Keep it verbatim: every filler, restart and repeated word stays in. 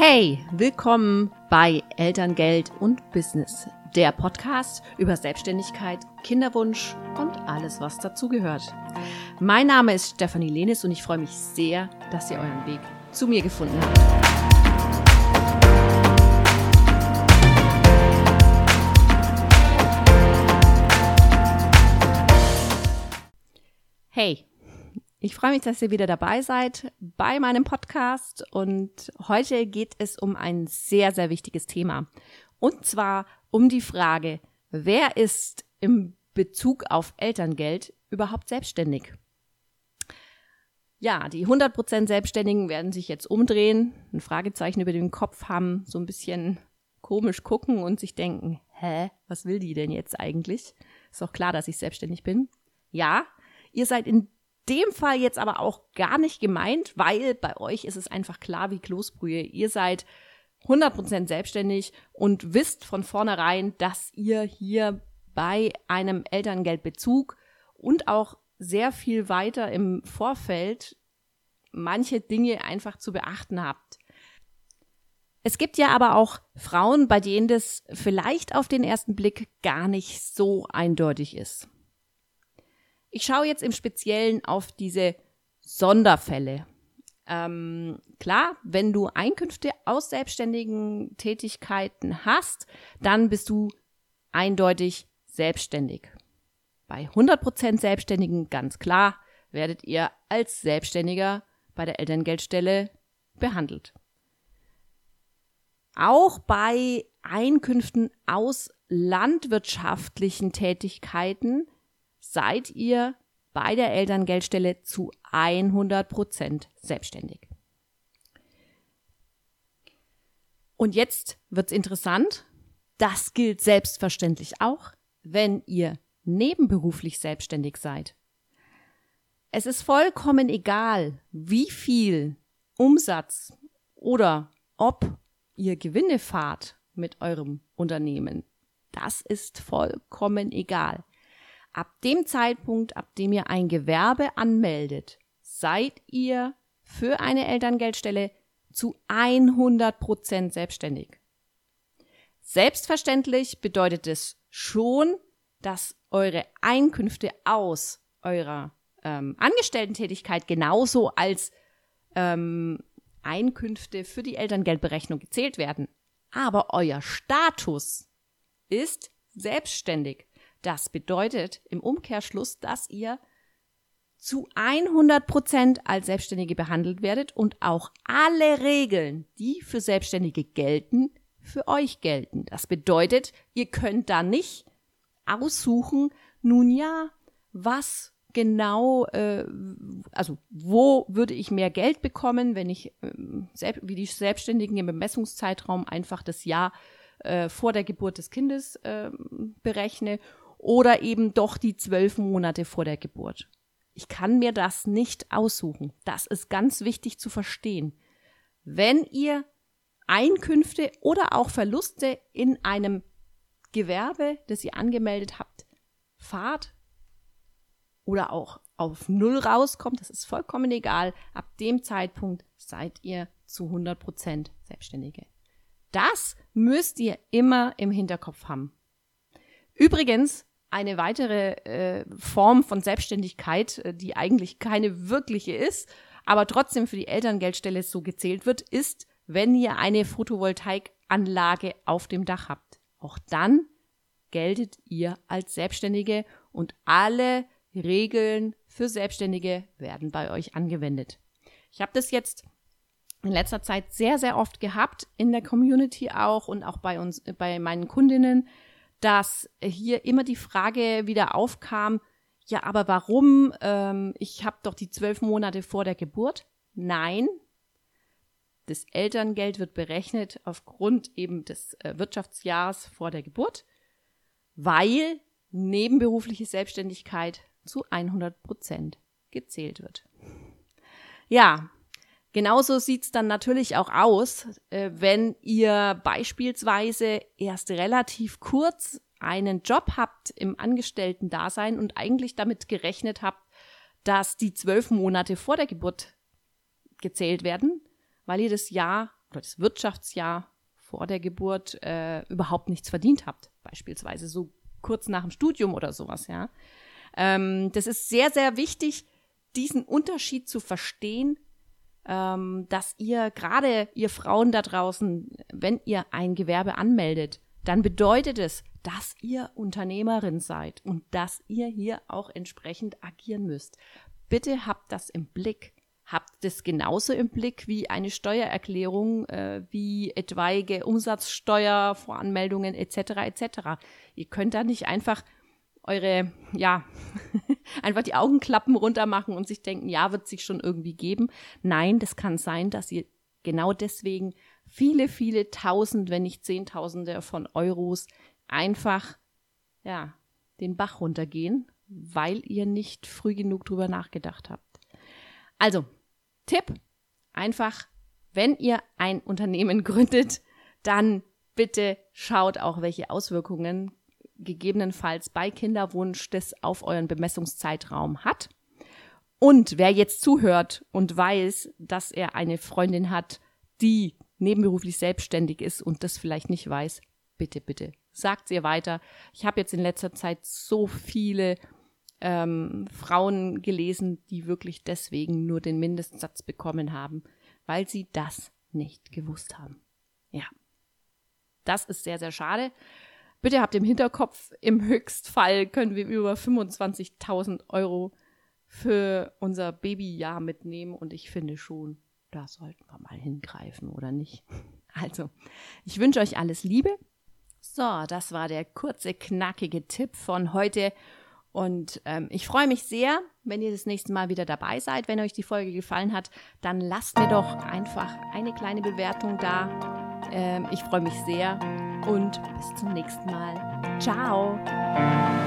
Hey, willkommen bei Elterngeld und Business, der Podcast über Selbstständigkeit, Kinderwunsch und alles, was dazugehört. Mein Name ist Stefanie Lehnis und ich freue mich sehr, dass ihr euren Weg zu mir gefunden habt. Hey, ich freue mich, dass ihr wieder dabei seid bei meinem Podcast und heute geht es um ein sehr, sehr wichtiges Thema. Und zwar um die Frage, wer ist im Bezug auf Elterngeld überhaupt selbstständig? Ja, die hundert Prozent Selbstständigen werden sich jetzt umdrehen, ein Fragezeichen über den Kopf haben, so ein bisschen komisch gucken und sich denken, hä, was will die denn jetzt eigentlich? Ist doch klar, dass ich selbstständig bin. Ja, ihr seid in dem Fall jetzt aber auch gar nicht gemeint, weil bei euch ist es einfach klar wie Kloßbrühe. Ihr seid hundert Prozent selbstständig und wisst von vornherein, dass ihr hier bei einem Elterngeldbezug und auch sehr viel weiter im Vorfeld manche Dinge einfach zu beachten habt. Es gibt ja aber auch Frauen, bei denen das vielleicht auf den ersten Blick gar nicht so eindeutig ist. Ich schaue jetzt im Speziellen auf diese Sonderfälle. Ähm, klar, wenn du Einkünfte aus selbstständigen Tätigkeiten hast, dann bist du eindeutig selbstständig. Bei hundert Prozent Selbstständigen, ganz klar, werdet ihr als Selbstständiger bei der Elterngeldstelle behandelt. Auch bei Einkünften aus landwirtschaftlichen Tätigkeiten seid ihr bei der Elterngeldstelle zu hundert Prozent selbstständig. Und jetzt wird's interessant. Das gilt selbstverständlich auch, wenn ihr nebenberuflich selbstständig seid. Es ist vollkommen egal, wie viel Umsatz oder ob ihr Gewinne fahrt mit eurem Unternehmen. Das ist vollkommen egal. Ab dem Zeitpunkt, ab dem ihr ein Gewerbe anmeldet, seid ihr für eine Elterngeldstelle zu hundert Prozent selbstständig. Selbstverständlich bedeutet es schon, dass eure Einkünfte aus eurer ähm, Angestellten-Tätigkeit genauso als ähm, Einkünfte für die Elterngeldberechnung gezählt werden. Aber euer Status ist selbstständig. Das bedeutet im Umkehrschluss, dass ihr zu hundert Prozent als Selbstständige behandelt werdet und auch alle Regeln, die für Selbstständige gelten, für euch gelten. Das bedeutet, ihr könnt da nicht aussuchen, nun ja, was genau, äh, also wo würde ich mehr Geld bekommen, wenn ich, äh, wie die Selbstständigen im Bemessungszeitraum einfach das Jahr äh, vor der Geburt des Kindes äh, berechne, oder eben doch die zwölf Monate vor der Geburt. Ich kann mir das nicht aussuchen. Das ist ganz wichtig zu verstehen. Wenn ihr Einkünfte oder auch Verluste in einem Gewerbe, das ihr angemeldet habt, fahrt oder auch auf Null rauskommt, das ist vollkommen egal. Ab dem Zeitpunkt seid ihr zu hundert Prozent Selbstständige. Das müsst ihr immer im Hinterkopf haben. Übrigens, eine weitere äh, Form von Selbstständigkeit, äh, die eigentlich keine wirkliche ist, aber trotzdem für die Elterngeldstelle so gezählt wird, ist, wenn ihr eine Photovoltaikanlage auf dem Dach habt. Auch dann geltet ihr als Selbstständige und alle Regeln für Selbstständige werden bei euch angewendet. Ich habe das jetzt in letzter Zeit sehr, sehr oft gehabt, in der Community auch und auch bei uns, bei meinen Kundinnen, dass hier immer die Frage wieder aufkam, ja, aber warum? Ähm, ich habe doch die zwölf Monate vor der Geburt. Nein, das Elterngeld wird berechnet aufgrund eben des äh, Wirtschaftsjahres vor der Geburt, weil nebenberufliche Selbstständigkeit zu hundert Prozent gezählt wird. Ja, genauso sieht's dann natürlich auch aus, äh, wenn ihr beispielsweise erst relativ kurz einen Job habt im Angestellten-Dasein und eigentlich damit gerechnet habt, dass die zwölf Monate vor der Geburt gezählt werden, weil ihr das Jahr oder das Wirtschaftsjahr vor der Geburt äh, überhaupt nichts verdient habt, beispielsweise so kurz nach dem Studium oder sowas, ja. Ähm, das ist sehr, sehr wichtig, diesen Unterschied zu verstehen, ähm, dass ihr, gerade ihr Frauen da draußen, wenn ihr ein Gewerbe anmeldet, dann bedeutet es, dass ihr Unternehmerin seid und dass ihr hier auch entsprechend agieren müsst. Bitte habt das im Blick. Habt das genauso im Blick wie eine Steuererklärung, äh, wie etwaige Umsatzsteuervoranmeldungen et cetera et cetera. Ihr könnt da nicht einfach eure, ja, einfach die Augenklappen runter machen und sich denken, ja, wird sich schon irgendwie geben. Nein, das kann sein, dass ihr genau deswegen viele, viele Tausend, wenn nicht Zehntausende von Euros einfach, ja, den Bach runtergehen, weil ihr nicht früh genug drüber nachgedacht habt. Also, Tipp, einfach, wenn ihr ein Unternehmen gründet, dann bitte schaut auch, welche Auswirkungen gegebenenfalls bei Kinderwunsch das auf euren Bemessungszeitraum hat. Und wer jetzt zuhört und weiß, dass er eine Freundin hat, die nebenberuflich selbstständig ist und das vielleicht nicht weiß, bitte, bitte, sagt ihr weiter. Ich habe jetzt in letzter Zeit so viele ähm, Frauen gelesen, die wirklich deswegen nur den Mindestsatz bekommen haben, weil sie das nicht gewusst haben. Ja, das ist sehr, sehr schade. Bitte habt im Hinterkopf, im Höchstfall können wir über fünfundzwanzigtausend Euro für unser Babyjahr mitnehmen und ich finde schon, da sollten wir mal hingreifen, oder nicht? Also, ich wünsche euch alles Liebe. So, das war der kurze, knackige Tipp von heute und ähm, ich freue mich sehr, wenn ihr das nächste Mal wieder dabei seid. Wenn euch die Folge gefallen hat, dann lasst mir doch einfach eine kleine Bewertung da. Ähm, ich freue mich sehr und bis zum nächsten Mal. Ciao!